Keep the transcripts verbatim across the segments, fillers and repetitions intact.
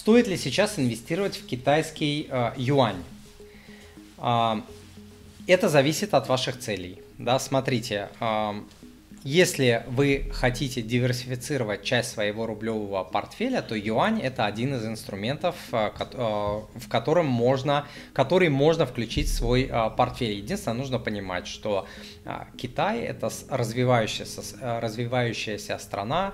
стоит ли сейчас инвестировать в китайский э, юань? Э, это зависит от ваших целей. Да, смотрите, э, если вы хотите диверсифицировать часть своего рублевого портфеля, то юань – это один из инструментов, в котором можно, который можно включить в свой портфель. Единственное, нужно понимать, что Китай – это развивающаяся, развивающаяся страна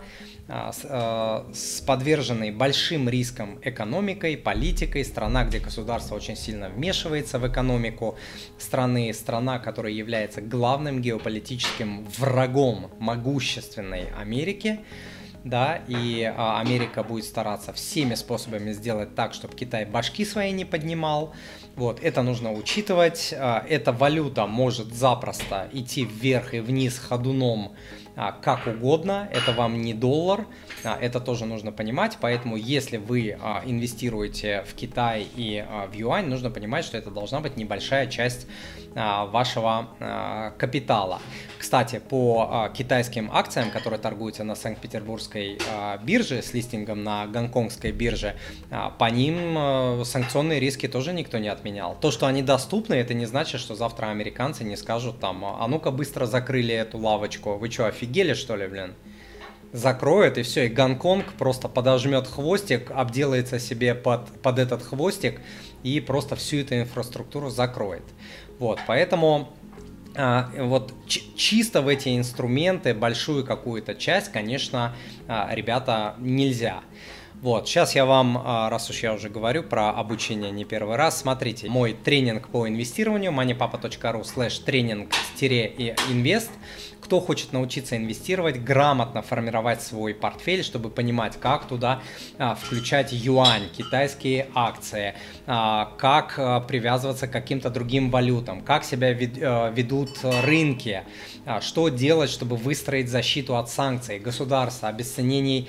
с подверженной большим риском экономикой, политикой, страна, где государство очень сильно вмешивается в экономику страны, страна, которая является главным геополитическим врагом могущественной Америки, да, и а, Америка будет стараться всеми способами сделать так, чтобы Китай башки свои не поднимал. Вот, это нужно учитывать. А, эта валюта может запросто идти вверх и вниз ходуном а, как угодно. Это вам не доллар, а, это тоже нужно понимать. Поэтому, если вы а, инвестируете в Китай и а, в юань, нужно понимать, что это должна быть небольшая часть а, вашего а, капитала. Кстати, по а, китайским акциям, которые торгуются на Санкт-Петербургской а, бирже с листингом на гонконгской бирже, а, по ним а, санкционные риски тоже никто не отменял. То, что они доступны, это не значит, что завтра американцы не скажут там: а ну-ка быстро закрыли эту лавочку, вы что, офигели что ли, блин? Закроют, и все, и Гонконг просто подожмет хвостик, обделается себе под, под этот хвостик и просто всю эту инфраструктуру закроет. Вот, поэтому а, вот ч- чисто в эти инструменты большую какую-то часть, конечно, а, ребята, нельзя. Вот, сейчас я вам, раз уж я уже говорю про обучение не первый раз, смотрите, мой тренинг по инвестированию moneypapa.ru слэш тренинг-инвест. Кто хочет научиться инвестировать, грамотно формировать свой портфель, чтобы понимать, как туда а, включать юань, китайские акции, а, как а, привязываться к каким-то другим валютам, как себя вед, а, ведут рынки, а, что делать, чтобы выстроить защиту от санкций, государства, обесценений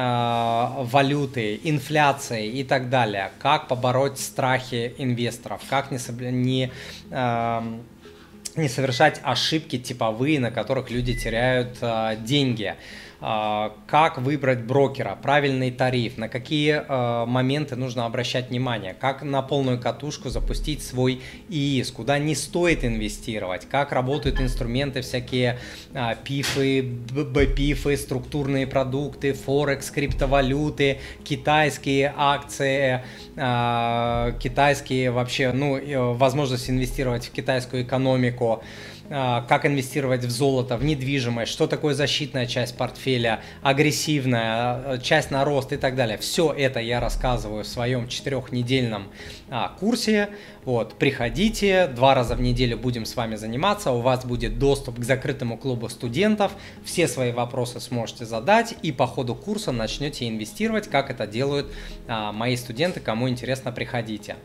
а, валюты, инфляции и так далее, как побороть страхи инвесторов, как не... не а, не совершать ошибки типовые, на которых люди теряют а, деньги. А, как выбрать брокера, правильный тариф, на какие а, моменты нужно обращать внимание, как на полную катушку запустить свой ИИС, куда не стоит инвестировать, как работают инструменты всякие а, пифы, бпифы, структурные продукты, форекс, криптовалюты, китайские акции, а, китайские вообще, ну, возможность инвестировать в китайскую экономику, как инвестировать в золото, в недвижимость, что такое защитная часть портфеля, агрессивная, часть на рост и так далее. Все это я рассказываю в своем четырехнедельном а, курсе. Вот, приходите, два раза в неделю будем с вами заниматься, у вас будет доступ к закрытому клубу студентов, все свои вопросы сможете задать и по ходу курса начнете инвестировать, как это делают а, мои студенты. Кому интересно, приходите.